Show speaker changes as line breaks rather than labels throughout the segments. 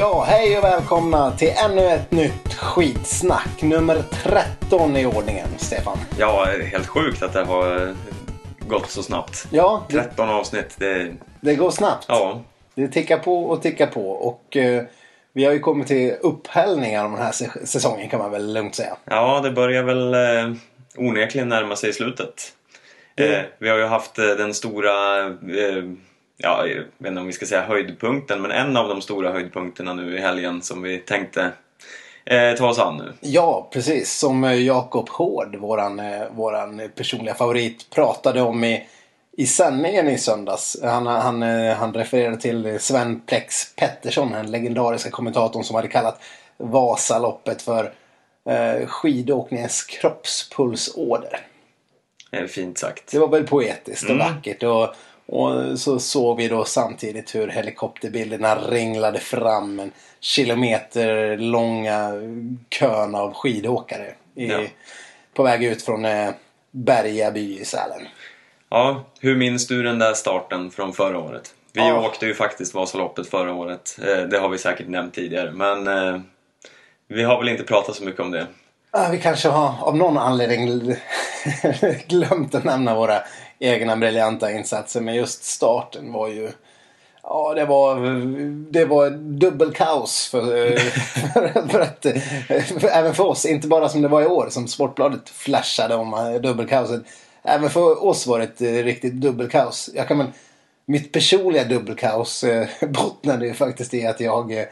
Ja, hej och välkomna till ännu ett nytt skitsnack. Nummer 13 i ordningen, Stefan.
Ja, det är helt sjukt att det har gått så snabbt.
Ja,
13 avsnitt,
det går snabbt.
Ja.
Det tickar på och tickar på. Och vi har ju kommit till upphällningar av den här säsongen, kan man väl lugnt säga.
Ja, det börjar väl onekligen närma sig slutet. Vi har ju haft den stora... jag vet inte om vi ska säga höjdpunkten, men en av de stora höjdpunkterna nu i helgen som vi tänkte ta oss an nu.
Ja, precis. Som Jakob Hård, våran personliga favorit, pratade om i sändningen i söndags. Han refererade till Sven Plex Pettersson, den legendariska kommentatorn som hade kallat Vasaloppet för skidåkningens kroppspulsåder.
Fint sagt.
Det var väl poetiskt och vackert. Och så såg vi då samtidigt hur helikopterbilderna ringlade fram en kilometer långa kön av skidåkare på väg ut från Bergaby i Sälen.
Ja, hur minns du den där starten från förra året? Vi åkte ju faktiskt Vasaloppet förra året. Det har vi säkert nämnt tidigare. Men vi har väl inte pratat så mycket om det.
Vi kanske har av någon anledning glömt att nämna våra egna briljanta insatser. Men just starten var ju... Ja, det var dubbelkaos för att även för oss, inte bara som det var i år som Sportbladet flashade om dubbelkaoset. Även för oss var det ett riktigt dubbelkaos. Mitt personliga dubbelkaos bottnade ju faktiskt i att jag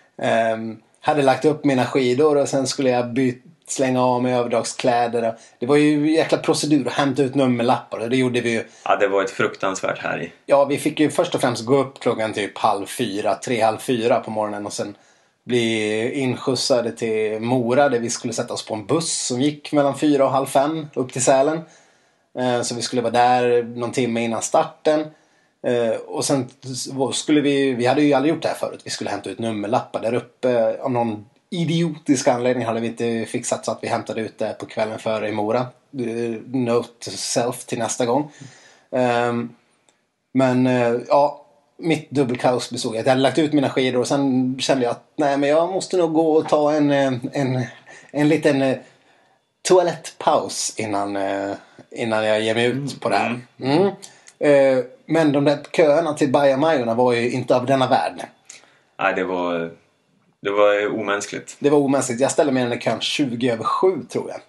hade lagt upp mina skidor och sen skulle jag slänga av mig överdagskläder. Det var ju jäkla procedur att hämta ut nummerlappar och det gjorde vi ju.
Ja, det var ett fruktansvärt här.
Ja, vi fick ju först och främst gå upp klockan typ 3:30 på morgonen och sen bli inskjutsade till Mora där vi skulle sätta oss på en buss som gick mellan 4 och 4:30 upp till Sälen. Så vi skulle vara där någon timme innan starten. Och sen skulle vi hade ju aldrig gjort det här förut. Vi skulle hämta ut nummerlappar där uppe. Av någon idiotisk anledning hade vi inte fixat så att vi hämtade ut det på kvällen före i Mora. Note to self till nästa gång. Men mitt dubbelkaos bestod. Jag hade lagt ut mina skidor och sen kände jag att nej, men jag måste nog gå och ta en liten toalettpaus innan jag ger mig ut på det här. Men de där köerna till Bajamajorna var ju inte av denna värld.
Nej, det var omänskligt.
Det var omänskligt. Jag ställde mig i den där kön 7:20 tror jag.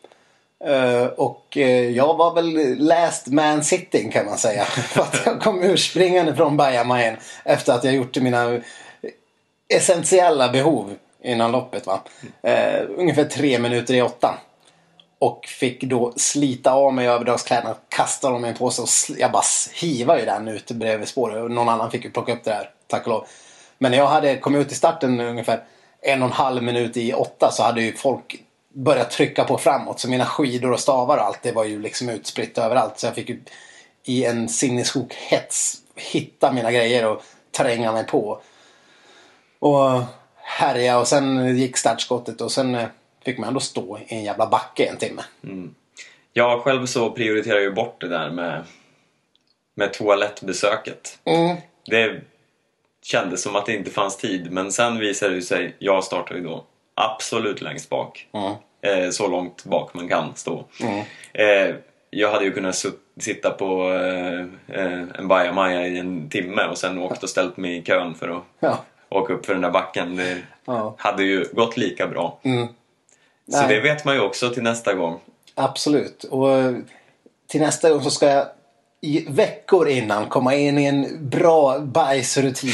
Och jag var väl last man sitting kan man säga. För att jag kom urspringande från Bajamajen efter att jag gjort mina essentiella behov innan loppet. Ungefär 3:08. Och fick då slita av mig överdagskläderna, kasta dem i en påse och jag bara hivade ju den ute bredvid spåret. Och någon annan fick ju plocka upp det där, tack och lov. Men när jag hade kommit ut i starten ungefär 1,5 minut i 8 så hade ju folk börjat trycka på framåt. Så mina skidor och stavar och allt, det var ju liksom utspritt överallt. Så jag fick ju i en sinnessjuk hets hitta mina grejer och tränga mig på. Och härja och sen gick startskottet och sen fick man ändå stå i en jävla backe en timme.
Jag själv så prioriterar ju bort det där med toalettbesöket. Det kändes som att det inte fanns tid. Men sen visade det sig, jag startade ju då absolut längst bak. Så långt bak man kan stå. Jag hade ju kunnat sitta på en bajamaja i en timme och sen åkt och ställt mig i kön för att åka upp för den där backen. Det hade ju gått lika bra. Så det vet man ju också till nästa gång. Absolut.
Och till nästa gång så ska jag i veckor innan komma in i en bra bajsrutin.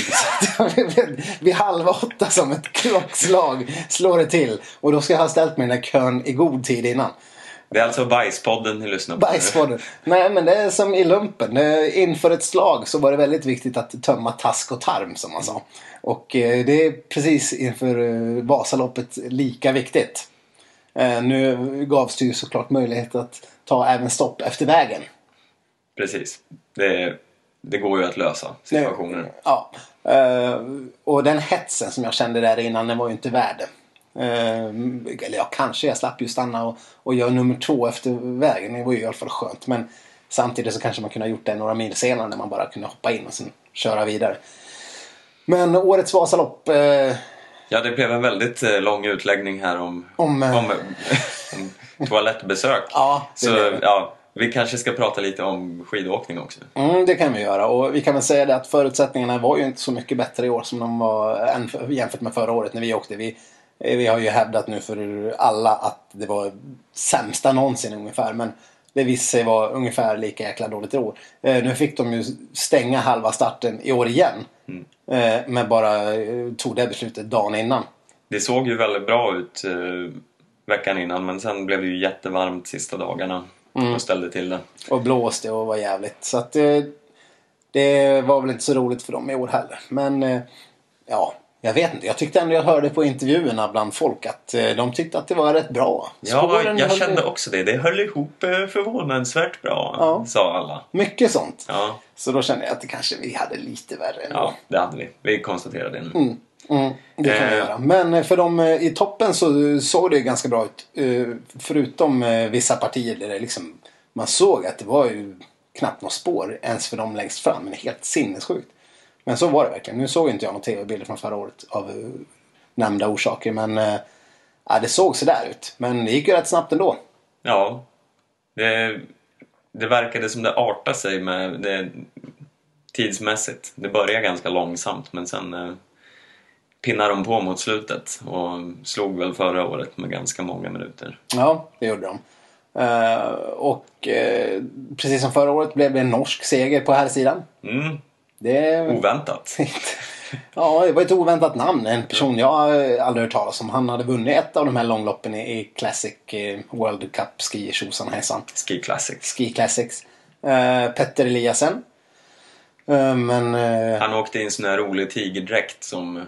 Vid 7:30 som ett klockslag slår det till. Och då ska jag ha ställt mig i den där kön i god tid innan.
Det är alltså Bajspodden ni lyssnar på.
Bajspodden. Nej, men det är som i lumpen. Inför ett slag så var det väldigt viktigt att tömma task och tarm som man sa. Och det är precis inför Vasaloppet lika viktigt. Nu gavs det ju såklart möjlighet att ta även stopp efter vägen.
Precis. Det går ju att lösa situationen.
Ja. Och den hetsen som jag kände där innan, den var ju inte värd. Eller kanske jag slapp ju stanna och göra nummer 2 efter vägen. Det var ju i alla fall skönt. Men samtidigt så kanske man kunde ha gjort det några mil senare när man bara kunde hoppa in och sen köra vidare. Men årets Vasalopp,
Ja, det blev en väldigt lång utläggning här om toalettbesök.
Ja,
så vi kanske ska prata lite om skidåkning också.
Det kan vi göra. Och vi kan väl säga det att förutsättningarna var ju inte så mycket bättre i år som de var jämfört med förra året när vi åkte. Vi har ju hävdat nu för alla att det var sämsta någonsin ungefär. Men det visade sig vara ungefär lika jäkla dåligt i år. Nu fick de ju stänga halva starten i år igen. Men bara tog det beslutet dagen innan.
Det såg ju väldigt bra ut veckan innan. Men sen blev det ju jättevarmt sista dagarna. Och ställde till det.
Och blåste och var jävligt. Så att det var väl inte så roligt för dem i år heller. Men jag vet inte. Jag tyckte ändå jag hörde på intervjuerna bland folk att de tyckte att det var rätt bra.
Ja, jag kände också det. Det höll ihop förvånansvärt bra, sa alla.
Mycket sånt.
Ja.
Så då kände jag att det kanske vi hade lite värre ändå.
Ja, det hade vi. Vi konstaterade det nu.
Det kan vi göra. Men för dem i toppen så såg det ganska bra ut. Förutom vissa partier där det liksom, man såg att det var ju knappt något spår ens för dem längst fram. Men helt sinnessjukt. Men så var det verkligen. Nu såg inte jag några tv-bilder från förra året av nämnda orsaker. Men det såg så där ut. Men det gick ju rätt snabbt ändå.
Ja. Det verkade som det artade sig med det tidsmässigt. Det började ganska långsamt men sen pinnade de på mot slutet och slog väl förra året med ganska många minuter. Ja,
det gjorde de. Precis som förra året blev det en norsk seger på här sidan.
Oväntat.
Ja, det var ett oväntat namn. En person jag aldrig hört talas om. Han hade vunnit ett av de här långloppen i Classic World Cup Ski Tjosan Hejsan. Ski Classics. Petter Eliasen.
Han åkte i en sån här rolig tigerdräkt som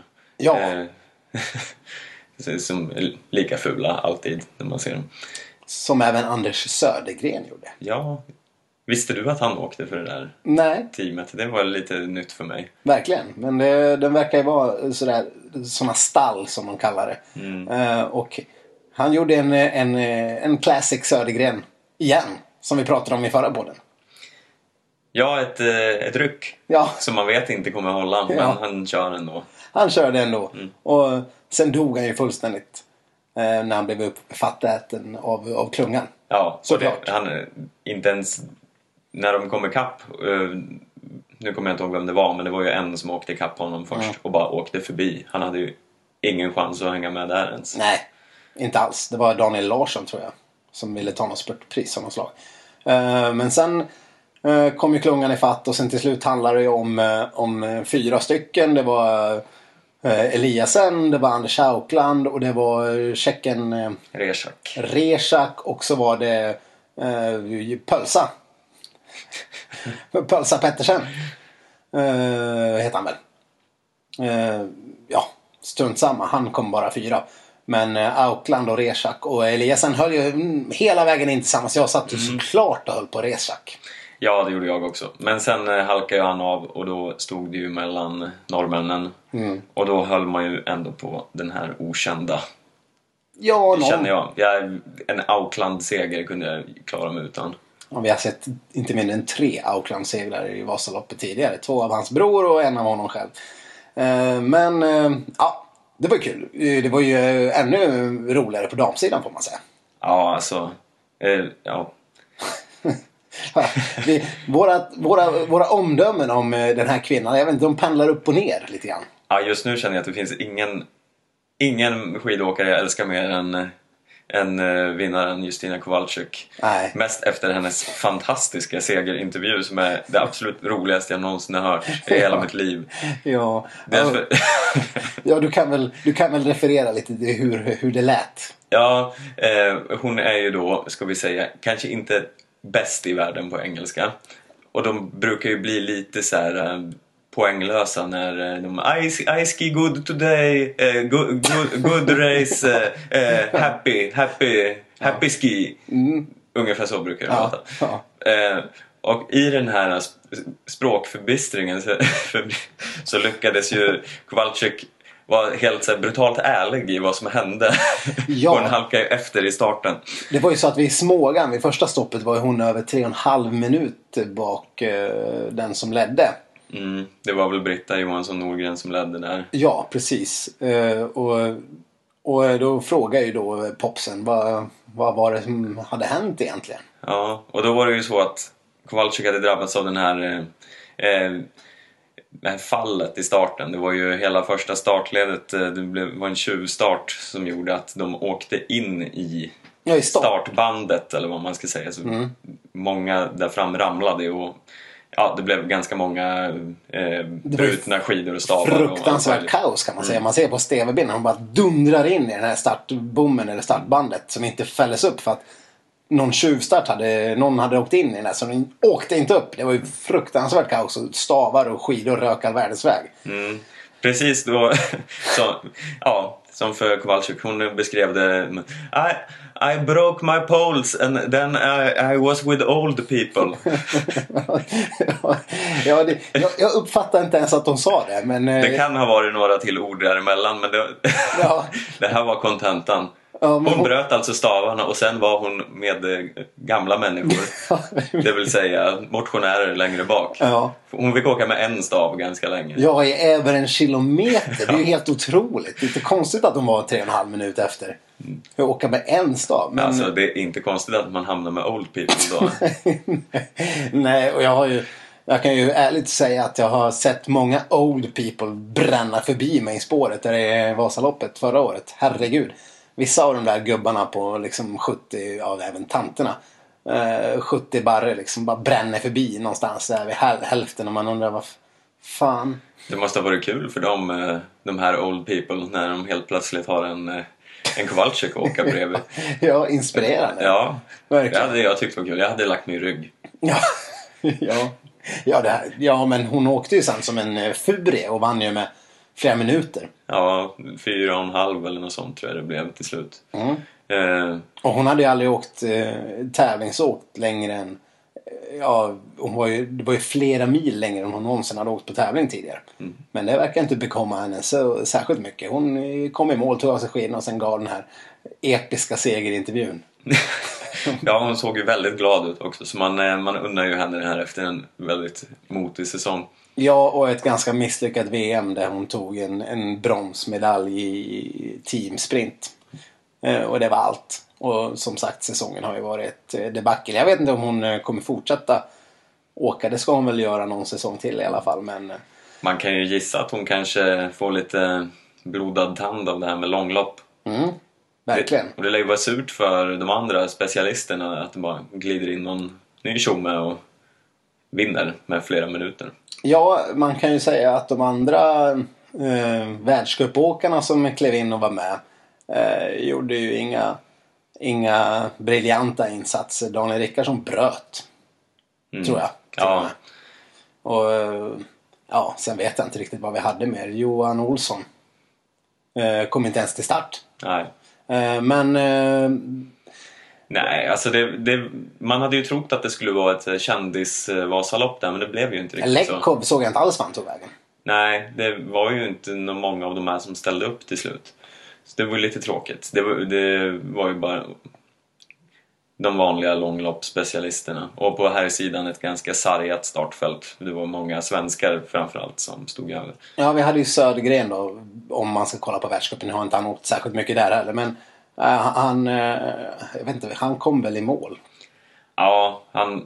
som är lika fula alltid när man ser dem.
Som även Anders Södergren gjorde.
Ja. Visste du att han åkte för det där teamet? Det var lite nytt för mig.
Verkligen. Men den verkar ju vara såna stall som de kallar det. Och han gjorde en Classic Södergren igen. Som vi pratade om i förra podden.
Ja, ett ryck. Som man vet inte kommer hålla. Men han kör ändå. Han körde ändå.
Och sen dog han ju fullständigt. När han blev uppfattäten av klungan.
Ja, såklart. Han inte ens... När de kom ikapp, nu kommer jag inte ihåg vem det var, men det var ju en som åkte ikapp honom först och bara åkte förbi. Han hade ju ingen chans att hänga med där ens.
Nej, inte alls. Det var Daniel Larsson tror jag som ville ta något spurtpris av något slag. Men sen kom ju klungan i fatt och sen till slut handlade det ju om 4 stycken. Det var Eliasen, det var Anders Haukland och det var tjecken Rezak och så var det Pölsa Pettersen heter han väl. Strunt samma. Han kom bara 4. Men Aukland och Rezak och Eliasen höll ju hela vägen in tillsammans. Jag satt ju såklart och höll på Rezak.
Ja, det gjorde jag också. Men sen halkade ju han av och då stod det ju mellan norrmännen. Och då höll man ju ändå på den här okända.
Ja,
känner jag. En Aukland-seger kunde jag klara mig utan.
Ja, vi har sett inte mindre än 3 Aukland-segrar i Vasaloppet tidigare. 2 av hans bror och 1 av honom själv. Men det var kul. Det var ju ännu roligare på damsidan får man säga.
Ja, alltså. Ja.
Våra omdömen om den här kvinnan, jag vet inte, de pendlar upp och ner lite grann.
Ja, just nu känner jag att det finns ingen skidåkare jag älskar mer än vinnaren Justyna Kowalczyk.
Nej.
Mest efter hennes fantastiska segerintervju som är det absolut roligaste jag någonsin har hört i hela mitt liv.
Ja. Du kan väl referera lite till hur det lät.
Ja, hon är ju då, ska vi säga, kanske inte bäst i världen på engelska. Och de brukar ju bli lite så här poänglösa när de I ski good today, good race, happy ski. Ungefär så brukar det låta. Och i den här språkförbistringen så lyckades ju Kowalczyk var helt så här brutalt ärlig i vad som hände.
Ja.
Hon halkade efter i starten.
Det var ju så att vid Smågan, vid första stoppet var hon över 3,5 minuter bak den som ledde.
Det var väl Britta Johansson Norgren som ledde där.
Ja, precis. Och då frågar ju då Popsen vad var det som hade hänt egentligen?
Ja, och då var det ju så att Kowalczyk hade drabbats av det här fallet i starten. Det var ju hela första startledet, var en tjuvstart som gjorde att de åkte in i startbandet, eller vad man ska säga. Så många där fram ramlade och det blev ganska många brutna skidor och stavar.
Fruktansvärt kaos kan man säga. Man ser på TV-bilden, hon bara dundrar in i den här startbommen eller startbandet som inte fälldes upp för att någon tjuvstart någon hade åkt in i den där, så den åkte inte upp. Det var ju fruktansvärt kaos och stavar och skidor rök all världens väg.
Precis då som för Kowalczyk, hon beskrev det I broke my poles and then I was with old people.
Jag uppfattar inte ens att de sa det, men
det kan ha varit några till ord däremellan, men det här var kontentan. Hon bröt alltså stavarna och sen var hon med gamla människor. Det vill säga motionärer längre bak. Ja. Hon fick åka med en stav ganska länge.
Ja, i över 1 kilometer. Det är ju helt otroligt. Det är inte konstigt att de var 3,5 minuter efter. Jag åka med en stav. Men
alltså, det är inte konstigt att man hamnar med old people då.
Nej, och jag kan ju ärligt säga att jag har sett många old people bränna förbi mig i spåret där det är Vasaloppet förra året. Herregud. Vissa av de där gubbarna på liksom 70, även tanterna, 70 barre liksom bara bränner förbi någonstans där vid hälften, och man undrar vad fan.
Det måste ha varit kul för dem, de här old people, när de helt plötsligt har en Kowalczyk att åka bredvid.
Ja, inspirerande.
Ja,
verkligen.
Jag tyckte det var kul. Jag hade lagt mig i rygg.
Ja, men hon åkte ju sen som en furie och vann ju med flera minuter.
Ja, 4,5 eller något sånt tror jag det blev till slut.
Och hon hade ju aldrig åkt tävlingsåkt längre än det var ju flera mil längre än hon någonsin hade åkt på tävling tidigare. Men det verkar inte bekomma henne så särskilt mycket. Hon kom i mål, tog av sig skidorna och sen gav den här episka segerintervjun.
Ja, hon såg ju väldigt glad ut också, så man undrar ju henne det här efter en väldigt motig säsong.
Ja, och ett ganska misslyckat VM där hon tog en bronsmedalj i teamsprint. Och det var allt. Och som sagt, säsongen har ju varit ett debacle. Jag vet inte om hon kommer fortsätta åka. Det ska hon väl göra någon säsong till i alla fall. Men
man kan ju gissa att hon kanske får lite blodad tand av det här med långlopp.
Verkligen.
Och det lär ju vara surt för de andra specialisterna att de bara glider in någon ny tjomme och vinner med flera minuter.
Ja, man kan ju säga att de andra världscupåkarna som klev in och var med gjorde ju inga briljanta insatser. Daniel Rickardsson bröt, tror jag.
Ja.
Och sen vet jag inte riktigt vad vi hade mer. Johan Olsson kom inte ens till start.
Nej.
Men
nej, alltså man hade ju trott att det skulle vara ett kändis-Vasalopp där, men det blev ju inte riktigt
Lekov såg jag inte alls vart tog vägen.
Nej, det var ju inte många av de här som ställde upp till slut. Så det var ju lite tråkigt. Det var ju bara de vanliga långloppsspecialisterna. Och på här sidan ett ganska sargat startfält. Det var många svenskar framförallt som stod över.
Ja, vi hade ju Södergren då, om man ska kolla på världscupen. Nu har inte han åkt särskilt mycket där heller, men jag vet inte, han kom väl i mål.
Ja,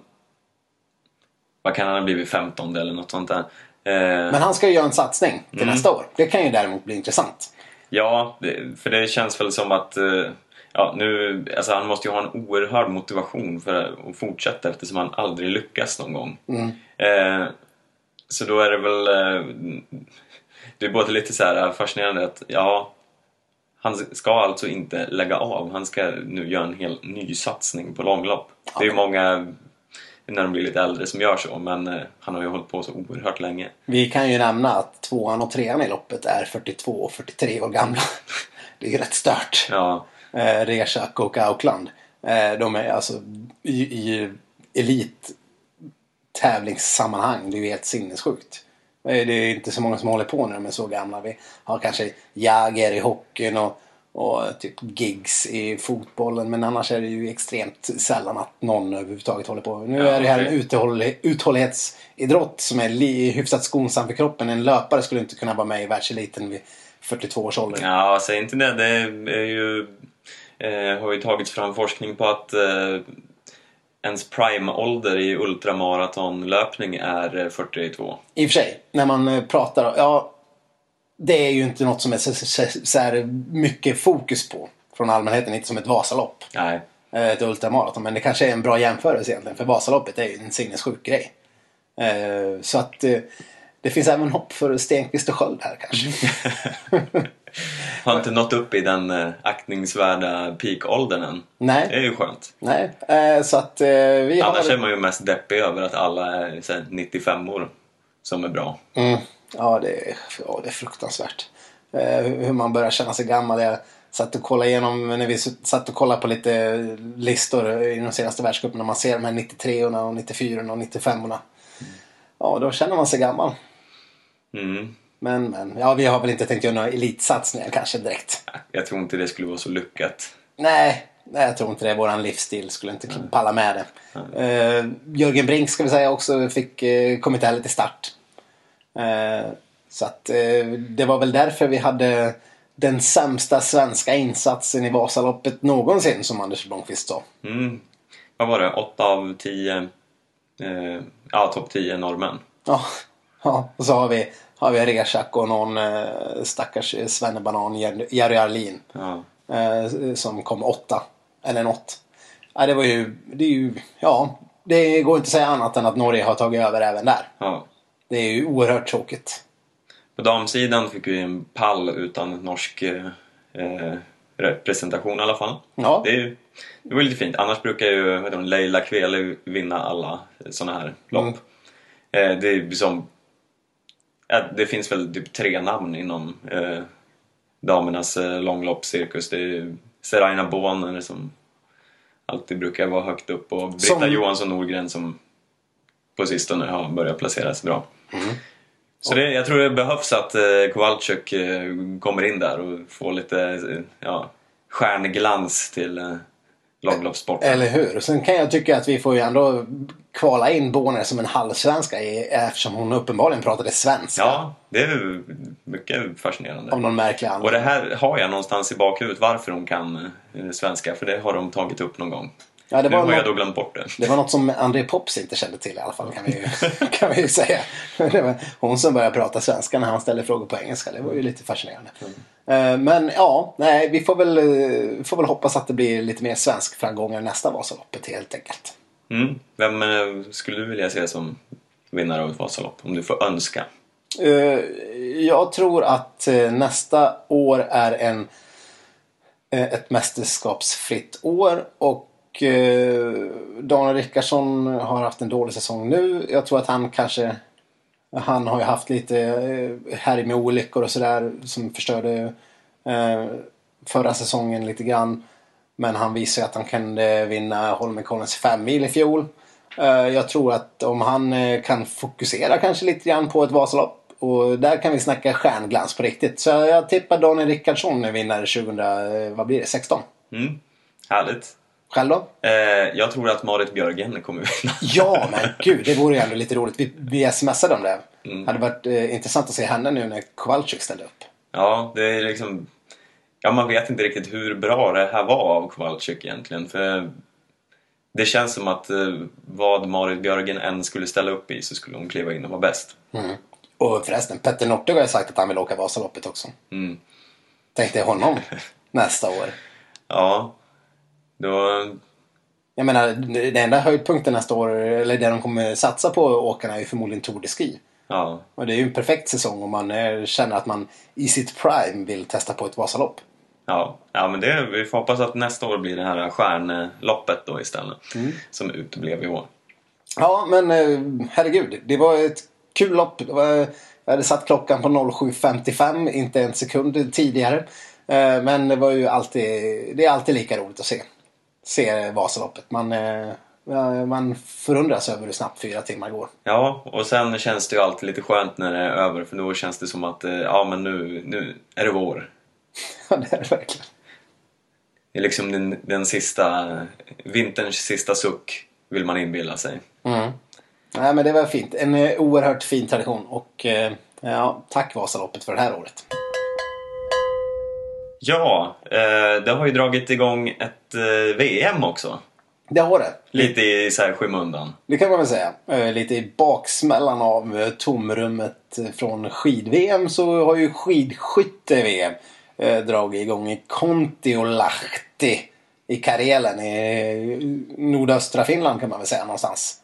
vad kan han ha blivit, 15 eller något sånt där.
Men han ska ju göra en satsning till nästa år. Det kan ju däremot bli intressant.
Ja, för det känns väl som att han måste ju ha en oerhörd motivation för att fortsätta, eftersom han aldrig lyckas någon gång. Så då är det väl det är både lite så här fascinerande att han ska alltså inte lägga av. Han ska nu göra en helt ny satsning på långlopp. Det är ju många när de blir lite äldre som gör så, men han har ju hållit på så oerhört länge.
Vi kan ju nämna att 2:an och 3:an i loppet är 42 och 43 år gamla. Det är ju rätt stört.
Ja.
Reshak och Aukland. De är alltså i elit-tävlingssammanhang. Det är ju helt sinnessjukt. Det är inte så många som håller på när de är så gamla. Vi har kanske Jäger i hockeyn och typ gigs i fotbollen. Men annars är det ju extremt sällan att någon överhuvudtaget håller på. Nu är det här en uthållighetsidrott som är hyfsat skonsam för kroppen. En löpare skulle inte kunna vara med i världseliten vid 42 års ålder.
Ja, säg inte det. Det är ju, har ju tagits fram forskning på att ens prime-ålder i ultramaratonlöpning är 42.
I och för sig, när man pratar... Ja, det är ju inte något som är så här mycket fokus på från allmänheten, inte som ett Vasalopp.
Nej.
Ett ultramaraton, men det kanske är en bra jämförelse egentligen, för Vasaloppet är ju en sinnessjuk grej. Så att det finns även hopp för Stenqvist och Sköld här kanske.
Har inte nått upp i den aktningsvärda peak-åldern än.
Nej.
Det är ju skönt.
Nej, så att vi har...
Annars är man ju mest deppig över att alla är så här, 95 år som är bra.
Ja, det är fruktansvärt. Hur man börjar känna sig gammal. Jag satt och kollade igenom, när vi satt och kollade på lite listor i de senaste världscupen, när man ser de här 93orna och 94orna och 95orna. Ja, då känner man sig gammal. Men ja, vi har väl inte tänkt göra några elitsatsningar kanske direkt.
Jag tror inte det skulle vara så lyckat.
Nej, jag tror inte det. Våran livsstil skulle inte palla med det. Jörgen Brink ska vi säga också kom inte heller till start. Så att det var väl därför vi hade den sämsta svenska insatsen i Vasaloppet någonsin, som Anders Blomqvist sa.
Vad var det? 8 av 10 topp 10 norrmän.
Ja, och så har vi Reshak och någon stackars svennebanan, Jerry Arlin, som kom 8 eller något. Ja, det går inte att säga annat än att Norge har tagit över även där.
Ja.
Det är ju oerhört tråkigt.
På damsidan fick vi en pall utan norsk representation i alla fall. Ja. Det var lite fint. Annars brukar ju Leila Kveli vinna alla såna här lopp. Det är som... Det finns väl typ 3 namn inom damernas långloppscirkus. Det är Seraina Bonner som alltid brukar vara högt upp, och Britta Johansson Norgren som på sistone har börjat placera sig bra. Så jag tror det behövs att Kowalczyk kommer in där och får lite stjärnglans till långloppssporten.
Eller hur? Sen kan jag tycka att vi får ju ändå kvala in Bonner som en halvsvenska eftersom hon uppenbarligen pratade svenska.
Ja, det är mycket fascinerande.
Av någon märklig anledning.
Och det här har jag någonstans i bakhuvudet, varför hon kan svenska. För det har de tagit upp någon gång. Ja, nu har jag då glömt bort det.
Det var något som André Pops inte kände till i alla fall, kan vi ju säga. Det var hon som började prata svenska när han ställde frågor på engelska. Det var ju lite fascinerande. Men ja, nej, vi får väl hoppas att det blir lite mer svensk framgångar nästa Vasaloppet helt enkelt.
Vem skulle du vilja se som vinnare av ett Vasalopp, om du får önska?
Jag tror att nästa år är ett mästerskapsfritt år, och Daniel Rickardsson har haft en dålig säsong nu. Jag tror att han har ju haft lite här med olyckor och sådär som förstörde förra säsongen lite grann. Men han visar att han kan vinna Holmenkollens 5 mil i fjol. Jag tror att om han kan fokusera kanske lite grann på ett Vasalopp, och där kan vi snacka stjärnglans på riktigt. Så jag tippar Daniel Rickardsson vinnare 2016.
Härligt.
Själv då?
Jag tror att Marit Björgen kommer vinna.
Ja, men gud, det vore ju ändå lite roligt. Vi smsade om det. Det hade varit intressant att se henne nu när Kowalczyk ställde upp.
Ja, det är liksom... Ja, man vet inte riktigt hur bra det här var av Kowalczyk egentligen. För det känns som att vad Marit Björgen än skulle ställa upp i, så skulle hon kliva in och vara bäst.
Och förresten, Petter Northug har sagt att han vill åka Vasaloppet också. Tänkte jag honom nästa år.
Ja, då...
Jag menar, det enda höjdpunkten nästa år, eller det de kommer satsa på åkarna, är ju förmodligen Tour de Ski.
Ja.
Och det är ju en perfekt säsong om man känner att man i sitt prime vill testa på ett Vasalopp.
Ja, men vi får hoppas att nästa år blir det här stjärnloppet då istället. Som uteblev i år. Ja,
men herregud, det var ett kul lopp. Jag hade satt klockan på 07.55, inte en sekund tidigare. Men det var ju det är alltid lika roligt att se Vasaloppet. Man förundras över hur snabbt 4 timmar går.
Ja, och sen känns det ju alltid lite skönt när det är över. För då känns det som att men nu är det vår.
Ja, det är det verkligen.
Det är liksom den sista, vinterns sista suck, vill man inbilla sig.
Nej, men det var fint. En oerhört fin tradition. Och ja, tack Vasaloppet för det här året.
Ja, det har ju dragit igång ett VM också.
Det har det.
Lite i så här skymundan.
Det kan man väl säga. Lite i baksmällan av tomrummet från skid-VM så har ju skidskytte-VM dragit igång i Kontiolahti i Karelen i nordöstra Finland kan man väl säga någonstans.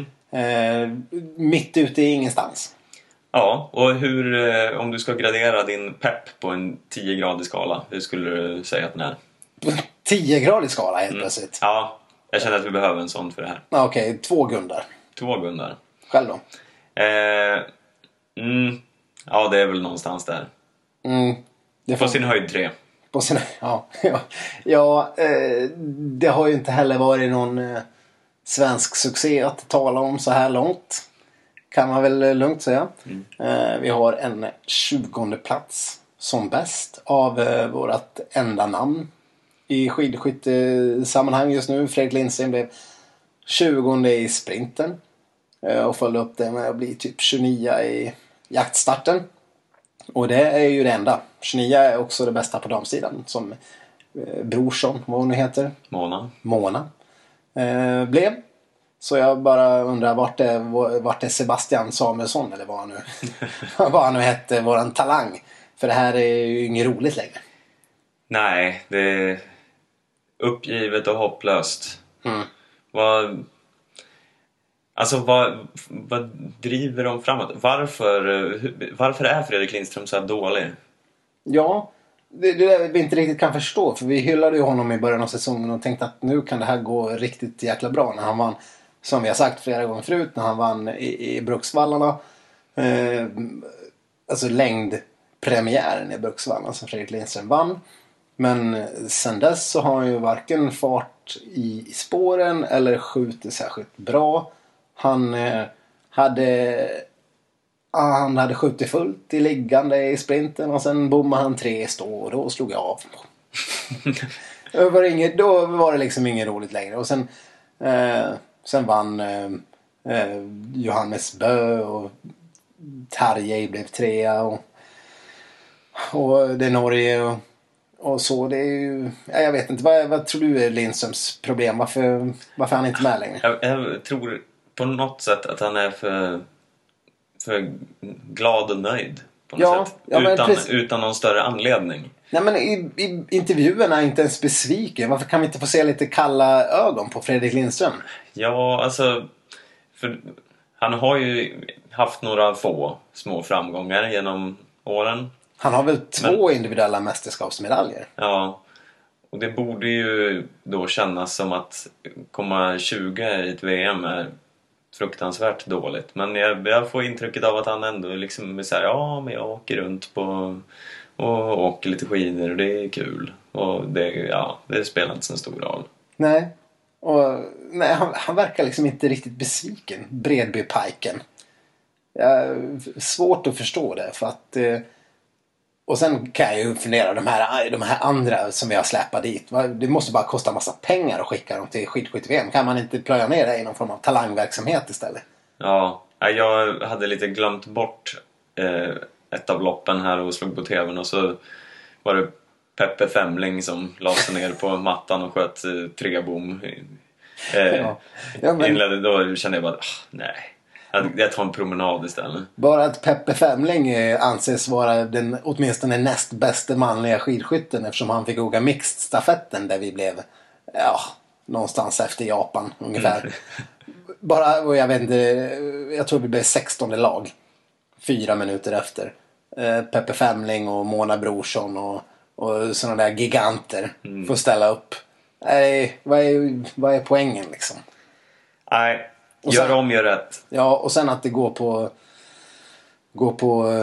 Mitt ute i ingenstans.
Ja, och hur, om du ska gradera din pepp på en 10-gradig skala, hur skulle du säga att den är?
10-gradig skala helt plötsligt.
Ja, jag känner att vi behöver en sån för det här.
Okej, 2 gundar.
2 gundar.
Själv då?
Ja, det är väl någonstans där. På sin höjd 3.
På sin ja, det har ju inte heller varit någon svensk succé att tala om så här långt. Kan man väl lugnt säga. Vi har en 20:e plats som bäst av vårat enda namn i skidskyttesammanhang just nu. Fredrik Lindström blev 20:e i sprinten och följde upp det med att bli typ 29 i jaktstarten. Och det är ju det enda. 29 är också det bästa på damsidan som Brorsson, vad hon nu heter. Mona. Blev. Så jag bara undrar vart är Sebastian Samuelsson eller vad han nu hette, våran talang. För det här är ju inget roligt längre.
Nej, det är uppgivet och hopplöst. Vad driver de framåt? Varför är Fredrik Lindström så här dålig?
Ja, det är vi inte riktigt kan förstå. För vi hyllade ju honom i början av säsongen och tänkte att nu kan det här gå riktigt jäkla bra när han vann. Som vi har sagt flera gånger förut, när han vann i Bruksvallarna. Alltså längdpremiären i Bruksvallarna som Fredrik Lindström vann. Men sen dess så har han ju varken fart i spåren eller skjutit särskilt bra. Han hade skjutit fullt i liggande i sprinten och sen bommade han 3 i stå och då slog jag av. Då var det liksom inget roligt längre. Och sen vann Johannes Bö och Tarjei blev 3 och det är Norge och så. Det är ju, jag vet inte, vad tror du är Lindströms problem? Varför är han inte med längre?
Jag tror på något sätt att han är för glad och nöjd på något sätt. Utan någon större anledning.
Nej, men i intervjuerna är inte ens besviken. Varför kan vi inte få se lite kalla ögon på Fredrik Lindström?
Ja, alltså för han har ju haft några få små framgångar genom åren.
Han har väl 2 individuella mästerskapsmedaljer. Ja,
och det borde ju då kännas som att komma 20 i ett VM är fruktansvärt dåligt. Men jag får intrycket av att han ändå liksom är så här, ja men jag åker runt och åker lite skidor och det är kul. Och det spelar inte så stor roll.
Nej, han verkar liksom inte riktigt besviken, Bredbypajken. Svårt att förstå det för att och sen kan jag ju fundera de här andra som vi har släpat dit. Det måste bara kosta massa pengar att skicka dem till skidskytte-VM. Kan man inte plöja ner det i någon form av talangverksamhet istället?
Ja, jag hade lite glömt bort ett av loppen här och slog på tvn och så var det Peppe Femling som la sig ner på mattan och sköt 3 bom. Då kände jag bara, nej. Jag tar en promenad istället.
Bara att Peppe Femling anses vara åtminstone näst bästa manliga skidskytten eftersom han fick åka mixed stafetten där vi blev någonstans efter Japan ungefär. Bara, och jag vet inte, jag tror vi blev 16:e lag 4 minuter efter. Peppe Femling och Mona Brorsson och sådana där giganter får ställa upp. Vad är poängen liksom?
Nej. Gör rätt.
Ja, och sen att det går på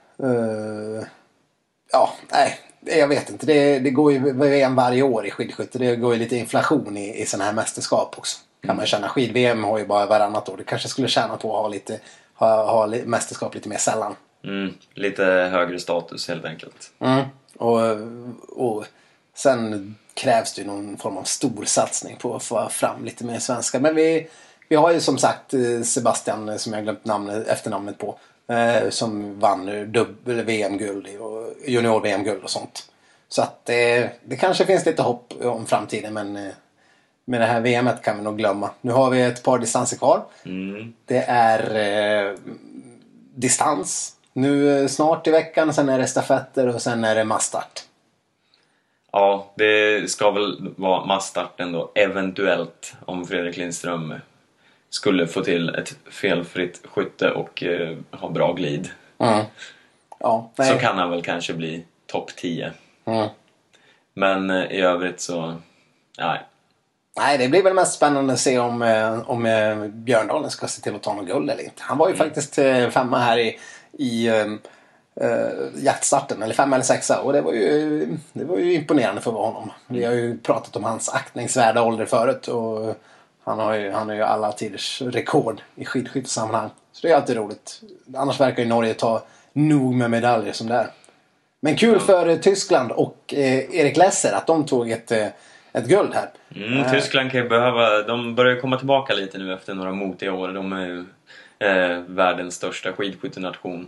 jag vet inte. Det går ju VM varje år i skidskytte. Det går ju lite inflation i sådana här mästerskap också. Kan man känna. Skid-VM har ju bara varannat år. Det kanske skulle tjäna på att ha mästerskap lite mer sällan.
Lite högre status helt enkelt.
Och sen krävs det ju någon form av stor satsning på att få fram lite mer svenska. Men vi har ju som sagt Sebastian, som jag glömt efternamnet på, som vann dubbel VM-guld och junior-VM-guld och sånt. Så att det kanske finns lite hopp om framtiden, men med det här VMet kan vi nog glömma. Nu har vi ett par distanser kvar. Det är distans nu snart i veckan, sen är det stafetter och sen är det massstart.
Ja, det ska väl vara massstarten då, eventuellt, om Fredrik Lindström skulle få till ett felfritt skytte och ha bra glid.
Ja,
så kan han väl kanske bli topp 10. Men i övrigt så nej, det blir väl mest spännande att se om Björndalen ska se till att ta någon guld eller inte. Han var ju faktiskt 5 här i jaktstarten, eller 5 eller 6, och det var ju imponerande för honom. Vi har ju pratat om hans aktningsvärda ålder förut, och han har ju alla tiders rekord i skidskyttesammanhang. Så det är alltid roligt. Annars verkar ju Norge ta nog med medaljer som det är. Men kul för Tyskland och Erik Lesser att de tog ett guld här. Tyskland kan ju de börjar komma tillbaka lite nu efter några motiga år. De är ju världens största skidskyttenation.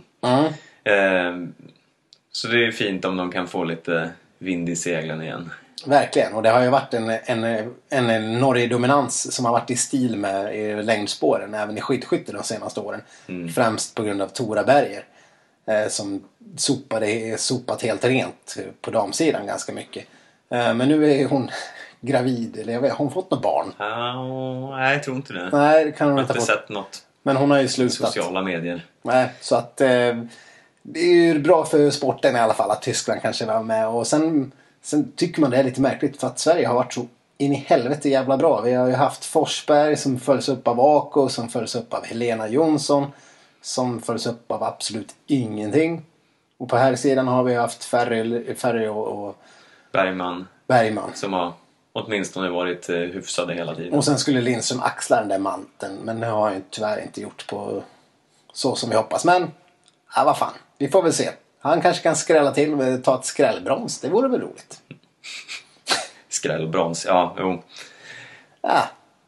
Så det är fint om de kan få lite vind i seglen igen.
Verkligen, och det har ju varit en Norge-dominans som har varit i stil med i längdspåren, även i skidskytte de senaste åren. Främst på grund av Tora Berger, som sopat helt rent på damsidan ganska mycket. Men nu är hon gravid, eller har hon fått något barn?
Nej, jag tror inte det.
Nej, det kan hon inte
ha
fått.
Sett något.
Men hon har ju slutat.
Sociala medier.
Nej, så att det är ju bra för sporten i alla fall att Tyskland kanske var med. Och sen tycker man det är lite märkligt, för att Sverige har varit så in i helvete jävla bra. Vi har ju haft Forsberg som följs upp av Ako, som följs upp av Helena Jonsson, som följs upp av absolut ingenting. Och på här sidan har vi haft Ferry och Bergman
som har åtminstone varit hyfsade hela tiden.
Och sen skulle Lindström axla den där manteln, men det har han ju tyvärr inte gjort på så som vi hoppas. Men vad fan, vi får väl se. Han kanske kan skrälla till och ta ett skrällbrons. Det vore väl roligt.
Skrällbrons, ja, jo.
Ja.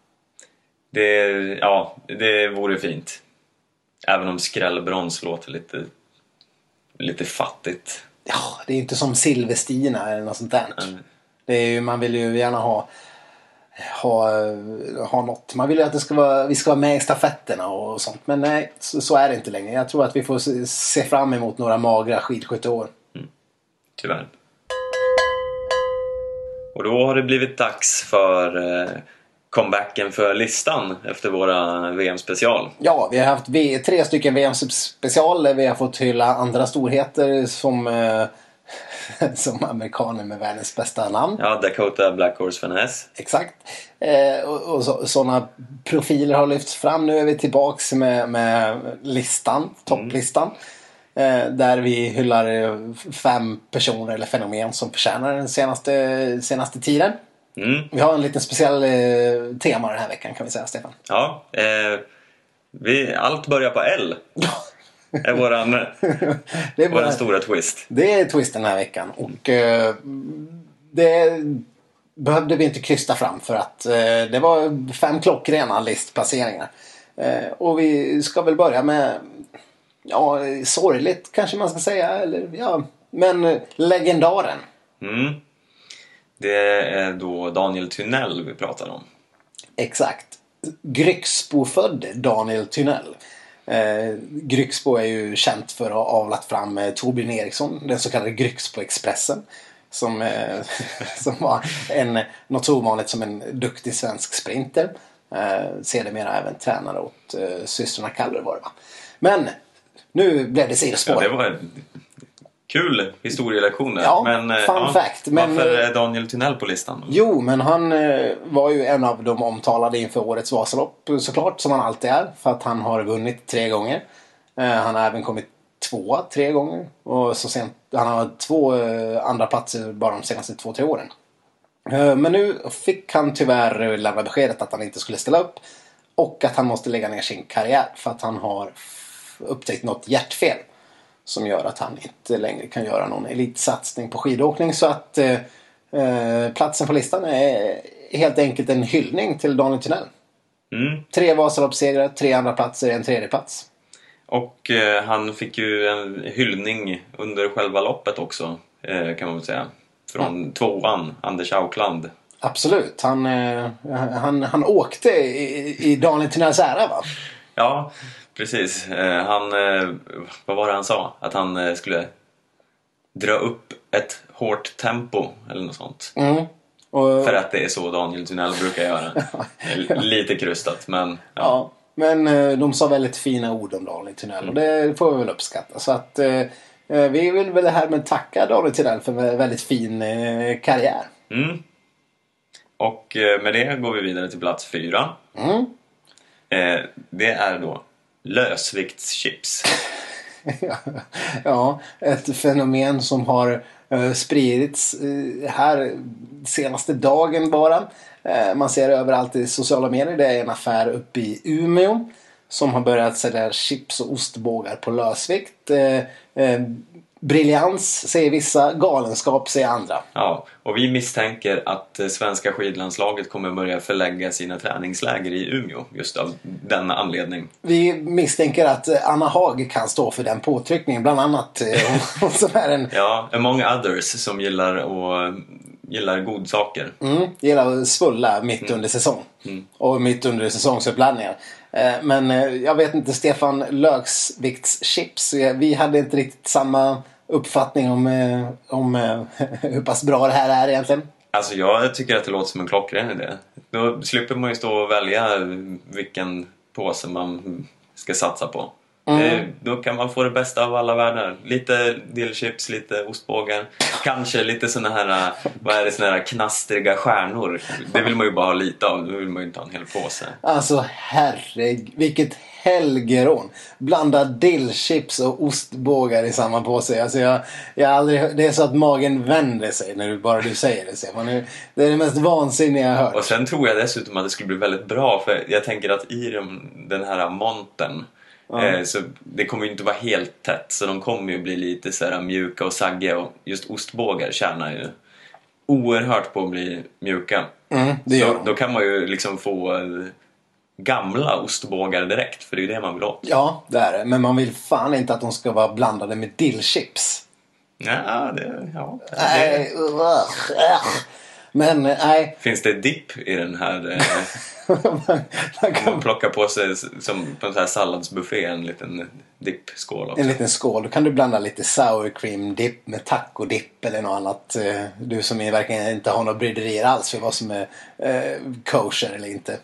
Det vore fint. Även om skrällbrons låter lite fattigt.
Ja, det är inte som Silverstina eller något sånt där. Det är ju, man vill ju gärna ha något. Man vill ju att vi ska vara med i stafetterna och sånt. Men nej, så är det inte längre. Jag tror att vi får se fram emot några magra skidskytteår.
Tyvärr. Och då har det blivit dags för comebacken för listan efter våra VM-special.
Ja, vi har haft 3 stycken VM-special där vi har fått hylla andra storheter som amerikaner med världens bästa namn.
Ja, Dakota Black Horse Van Ness.
Exakt. Och sådana profiler har lyfts fram. Nu är vi tillbaks med listan, topplistan. Där vi hyllar 5 personer eller fenomen som förtjänar den senaste tiden. Vi har en liten speciell tema den här veckan, kan vi säga, Stefan.
Ja, allt börjar på L. är våran stora twist.
Det är twisten den här veckan. Och det behövde vi inte krysta fram, för att det var 5 klockrena listplaceringar. Och vi ska väl börja med sorgligt kanske man ska säga, men legendaren.
Det är då Daniel Thunell vi pratar om.
Exakt. Grycksbo-född Daniel Thunell. Grycksbo är ju känt för att ha avlat fram Torbjörn Eriksson, den så kallade Grycksbo-expressen, som var något så ovanligt som en duktig svensk sprinter. Sedermera även tränare åt systrarna Kaller var det, va? Men nu blev det sidospår.
Ja, det var kul historielektioner.
Ja,
men
fun fact. Men,
varför är Daniel Thunell på listan då?
Jo, men han var ju en av de omtalade inför årets Vasalopp, såklart, som han alltid är. För att han har vunnit 3 gånger. Han har även kommit 2 3 gånger. Och han har 2 andra platser bara de senaste 2-3 åren. Men nu fick han tyvärr lämna beskedet att han inte skulle ställa upp. Och att han måste lägga ner sin karriär för att han har upptäckt något hjärtfel som gör att han inte längre kan göra någon elitsatsning på skidåkning. Så att Platsen på listan är helt enkelt en hyllning till Daniel Thunell. 3 Vasaloppssegrar, 3 andra platser, en tredje plats.
Och han fick ju en hyllning under själva loppet också, kan man väl säga. Från tvåan, Anders Aukland.
Absolut, han åkte i Daniel Thunells ära, va?
Ja, precis. Vad var det han sa? Att han skulle dra upp ett hårt tempo eller något sånt. För att det är så Daniel Thunell brukar göra. Lite krystat, men...
Ja, men de sa väldigt fina ord om Daniel Thunell och det får vi väl uppskatta. Så att vi vill väl här med tacka Daniel Thunell för en väldigt fin karriär.
Och med det går vi vidare till plats 4. Det är då lösviktschips.
Ja, ett fenomen som har spridits här senaste dagen bara. Man ser överallt i sociala medier. Det är en affär uppe i Umeå som har börjat sälja chips och ostbågar på lösvikt. Briljans säger vissa, galenskap säger andra.
Ja, och vi misstänker att svenska skidlandslaget kommer börja förlägga sina träningsläger i Umeå just av denna anledning.
Vi misstänker att Anna Haag kan stå för den påtryckningen, bland annat. Som är en...
Ja, among others som gillar godsaker.
Gillar att svulla mitt under säsong. Och mitt under säsongsuppladdningar. Men jag vet inte, Stefan, lösviktschips. Vi hade inte riktigt samma uppfattning om hur pass bra det här är egentligen.
Alltså jag tycker att det låter som en klockren idé. Då slipper man ju stå och välja vilken påse man ska satsa på. Då kan man få det bästa av alla världar. Lite dillchips, lite ostbågar. Kanske lite såna här knastriga stjärnor. Det vill man ju bara ha lite av. Då vill man ju inte ha en hel påse.
Alltså herregud, vilket helgerån. Blanda dillchips och ostbågar i samma påse. Alltså jag aldrig, det är så att magen vänder sig när du säger det. Det är det mest vansinniga jag har hört.
Och sen tror jag dessutom att det skulle bli väldigt bra. För jag tänker att i den här monten, så det kommer ju inte vara helt tätt. Så de kommer ju bli lite så här mjuka och saggiga. Och just ostbågar tjänar ju oerhört på att bli mjuka. Så då kan man ju liksom få gamla ostbågar direkt. För det är ju det man vill åt.
Ja, det är det. Men man vill fan inte att de ska vara blandade med dillchips. Men nej.
Finns det dipp i den här? Man plockar på sig som på en sån här salladsbuffé en liten dippskål också.
En liten skål. Då kan du blanda lite sour cream dip med taco dip eller något annat. Du som verkligen inte har några bryderier alls för vad som är kosher eller inte.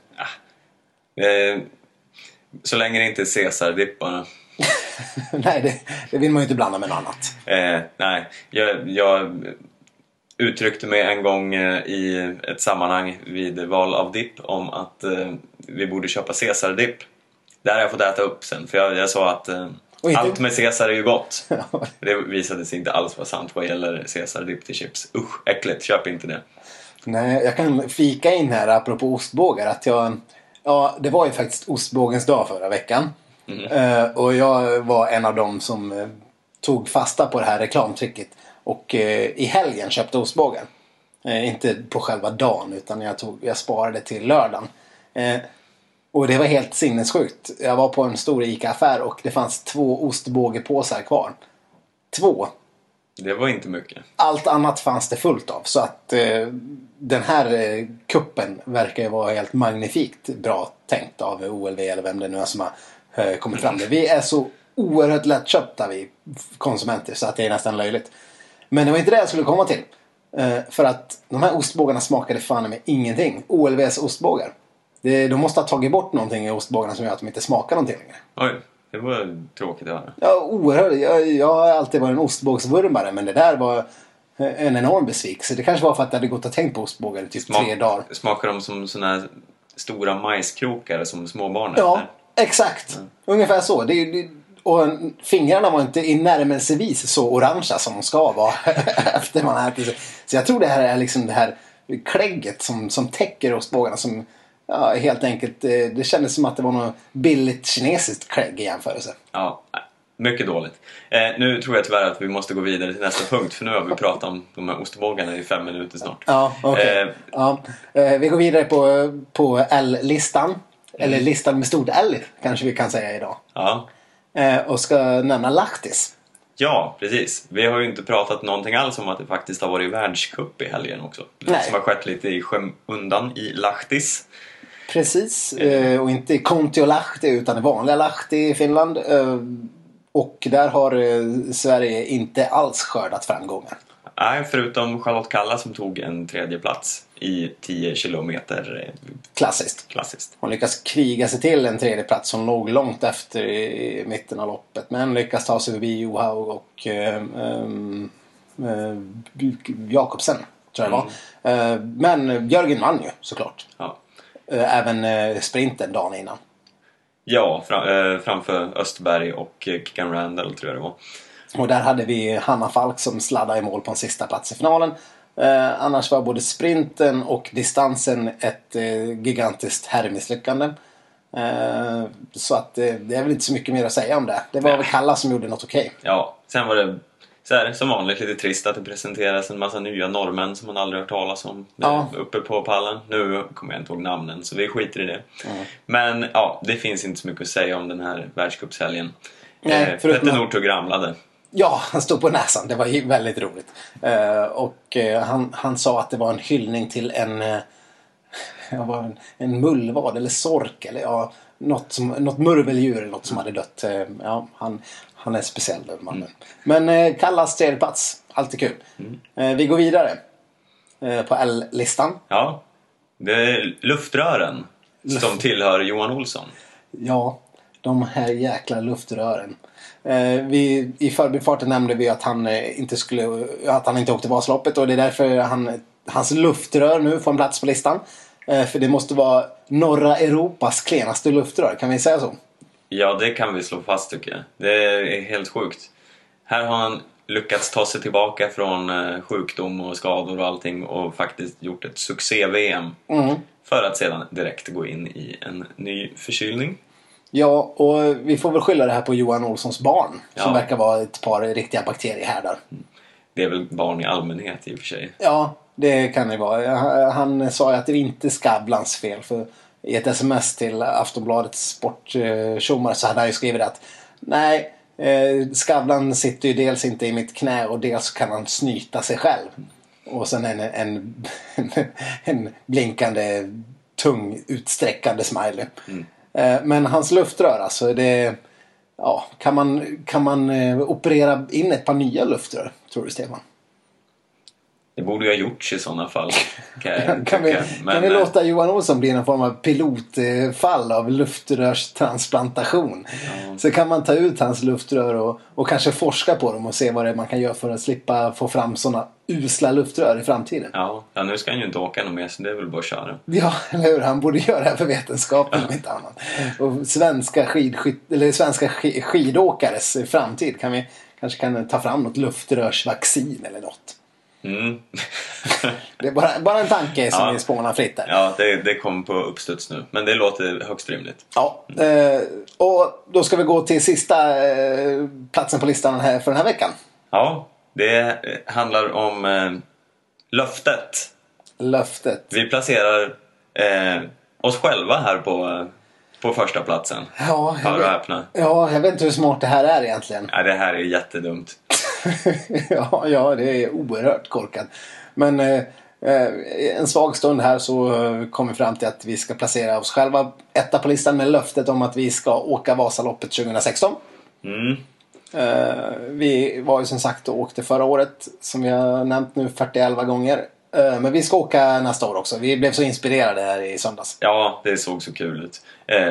Så länge det inte är Caesar-dipparna.
Nej, det vill man ju inte blanda med något annat.
Nej, jag uttryckte mig en gång i ett sammanhang vid val av dipp om att vi borde köpa Caesar-dipp. Det har jag fått äta upp sen. För jag sa att allt med Caesar är ju gott. Det visade sig inte alls vara sant vad gäller Caesar-dipp till chips. Usch, äckligt, köp inte det.
Nej, jag kan fika in här apropå ostbågar att det var ju faktiskt ostbågens dag förra veckan. Och jag var en av dem som tog fasta på det här reklamtricket. Och i helgen köpte ostbågar. Inte på själva dagen utan jag sparade till lördagen. Och det var helt sinnessjukt. Jag var på en stor ICA-affär och det fanns 2 ostbågepåsar kvar. 2.
Det var inte mycket.
Allt annat fanns det fullt av. Så att den här kuppen verkar ju vara helt magnifikt bra tänkt av OLV eller vem det nu är som har kommit fram. Vi är så oerhört lättköpta vi konsumenter så att det är nästan löjligt. Men det var inte det jag skulle komma till. För att de här ostbågarna smakade fan med ingenting. OLVs ostbågar. De måste ha tagit bort någonting i ostbågarna som gör att de inte smakar någonting längre.
Oj, det var tråkigt att höra.
Ja, oerhört. Jag har alltid varit en ostbågsvurmare. Men det där var en enorm besvikelse. Det kanske var för att jag hade gått och tänkt på ostbågar i typ 3 dagar.
Smakar de som såna här stora majskrokar som småbarn?
Ja, exakt. Ungefär så. Och fingrarna var inte i närmelsevis så orangea som de ska vara efter man ätit sig. Så jag tror det här är liksom det här klägget som täcker ostbågarna som helt enkelt, det kändes som att det var något billigt kinesiskt klägg i jämförelse.
Ja, mycket dåligt. Nu tror jag tyvärr att vi måste gå vidare till nästa punkt, för nu har vi pratat om de här ostbågarna i 5 minuter snart.
Ja, okej. Vi går vidare på L-listan. Eller listan med stort L kanske vi kan säga idag.
Ja.
Och ska nämna Lahtis.
Ja, precis. Vi har ju inte pratat någonting alls om att det faktiskt har varit världscup i helgen också.
Nej.
Som har skett lite i skymundan i Lahtis.
Precis, och inte i Kontiolahti utan i vanliga Lahti i Finland. Och där har Sverige inte alls skördat framgångar.
Nej, förutom Charlotte Kalla som tog en 3:e plats i 10 kilometer.
Klassiskt. Hon lyckas kriga sig till en 3:e plats som låg långt efter i mitten av loppet. Men lyckas ta sig förbi Johaug och Jakobsen, tror jag det var. Men Jörgen vann ju såklart.
Ja.
Även sprinten dagen innan.
Ja, framför Östberg och Kickan Randall tror jag det var.
Och där hade vi Hanna Falk som sladdade i mål på en sista plats i finalen. Annars var både sprinten och distansen ett gigantiskt herrmisslyckande. Så att det är väl inte så mycket mer att säga om det. Det var väl Kalla som gjorde något okej.
Ja, sen var det så här, som vanligt lite trist att det presenteras en massa nya norrmän som man aldrig hört talas om uppe på pallen. Nu kommer jag inte ihåg namnen, så vi skiter i det. Men ja, det finns inte så mycket att säga om den här världscupshelgen. Petter Northug ramlade. Ja,
han stod på näsan. Det var ju väldigt roligt. Och han sa att det var en hyllning till en mullvad eller sork eller något murveldjur eller något som hade dött. Han är speciell den mannen. Men Kallas 3:e plats, alltid kul. Vi går vidare på L-listan.
Ja, det är luftrören som tillhör Johan Olsson.
Ja, de här jäkla luftrören. I förbifarten nämnde vi att han inte åkte Vasaloppet, och det är därför hans luftrör nu får en plats på listan. För det måste vara norra Europas klenaste luftrör, kan vi säga så?
Ja, det kan vi slå fast tycker jag. Det är helt sjukt. Här har han lyckats ta sig tillbaka från sjukdom och skador och allting och faktiskt gjort ett succé-VM. För att sedan direkt gå in i en ny förkylning.
Ja, och vi får väl skylla det här på Johan Olssons barn. Som verkar vara ett par riktiga bakteriehärdar.
Det är väl barn i allmänhet i och för sig.
Ja, det kan det vara. Han sa att det inte är Skavlans fel. För i ett sms till Aftonbladets sporttjommar så hade han ju skrivit att nej, Skavlan sitter ju dels inte i mitt knä och dels kan han snyta sig själv. Och sen en blinkande, tung, utsträckande smiley. Men hans luftrör, alltså kan man operera in ett par nya luftrör, tror du, Stefan?
Det borde ju ha gjorts i sådana fall.
Kan vi låta Johan Olsson bli en form av pilotfall av luftrörstransplantation? Så kan man ta ut hans luftrör och kanske forska på dem och se vad det är man kan göra för att slippa få fram sådana usla luftrör i framtiden.
Ja, nu ska han ju inte åka något mer, så det är väl bara att köra.
Ja, eller hur? Han borde göra det här för vetenskapen om inte annat. Och svenska skidåkares framtid kanske kan ta fram något luftrörsvaccin eller något. Det är bara en tanke som vi spånar fritt där.
Ja, det kom på uppstuds nu. Men det låter högst rimligt.
Ja, och då ska vi gå till sista platsen på listan här för den här veckan.
Ja, det handlar om löftet. Vi placerar oss själva här på första platsen.
Ja, jag vet inte hur smart det här är egentligen.
Ja, det här är jättedumt.
ja, det är oerhört korkat. Men en svag stund här så kommer vi fram till att vi ska placera oss själva etta på listan med löftet om att vi ska åka Vasaloppet 2016. Vi var ju som sagt och åkte förra året, som vi har nämnt nu 41 gånger. Men vi ska åka nästa år också. Vi blev så inspirerade här i söndags.
Ja, det såg så kul ut.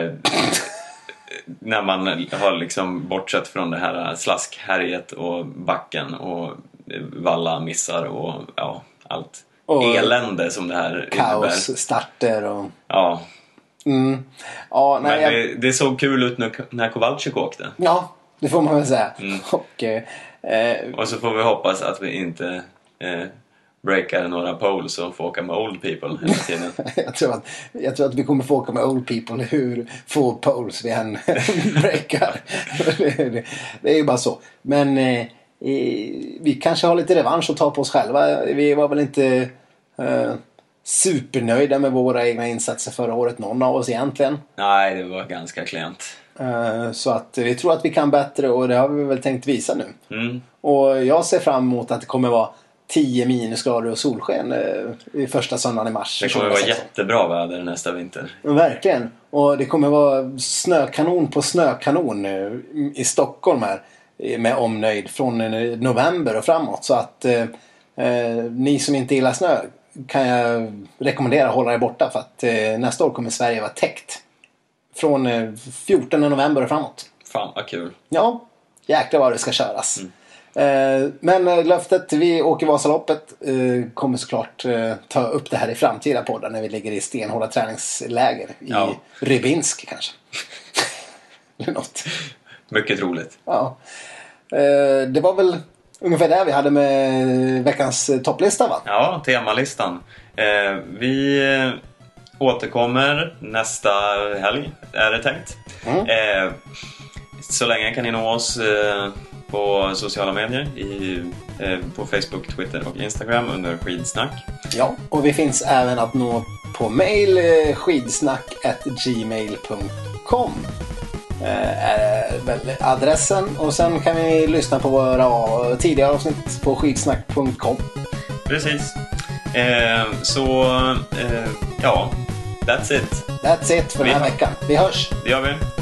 När man har liksom bortsett från det här slaskhärjet och backen och valla missar och allt och elände som det här
kaos,
innebär.
Starter och...
Ja.
Ja,
men det såg kul ut när Kowalczyk åkte.
Ja, det får man väl säga.
Och så får vi hoppas att vi inte breakar några poles och får åka med old people hela tiden.
jag tror att vi kommer få åka med old people hur få poles vi än breakar. Det är ju bara så. Men vi kanske har lite revansch att ta på oss själva. Vi var väl inte supernöjda med våra egna insatser förra året, någon av oss egentligen.
Nej, det var ganska klent.
Så att vi tror att vi kan bättre, och det har vi väl tänkt visa nu. Och jag ser fram emot att det kommer vara 10 minusgrader och solsken i första söndagen i mars.
Det kommer vara jättebra väder nästa vinter.
Verkligen. Och det kommer vara snökanon på snökanon i Stockholm här med omnöjd från november och framåt. Så att ni som inte gillar snö kan jag rekommendera att hålla er borta, för att nästa år kommer Sverige vara täckt från 14 november och framåt.
Fan vad kul.
Ja, jäklar vad det ska köras. Men löftet, vi åker Vasaloppet, kommer såklart ta upp det här i framtida poddar när vi ligger i stenhårda träningsläger i Rybinsk kanske. Eller något.
Mycket roligt.
Ja. Det var väl ungefär det vi hade med veckans topplista, va?
Ja, temalistan. Vi återkommer nästa helg, är det tänkt. Så länge kan ni nå oss på sociala medier på Facebook, Twitter och Instagram under Skidsnack.
Ja, och vi finns även att nå på mail skidsnack@gmail.com är väl adressen, och sen kan vi lyssna på våra tidigare avsnitt på skidsnack.com.
Precis. Ja, that's it.
That's it för den här veckan. Vi hörs.
Det gör vi.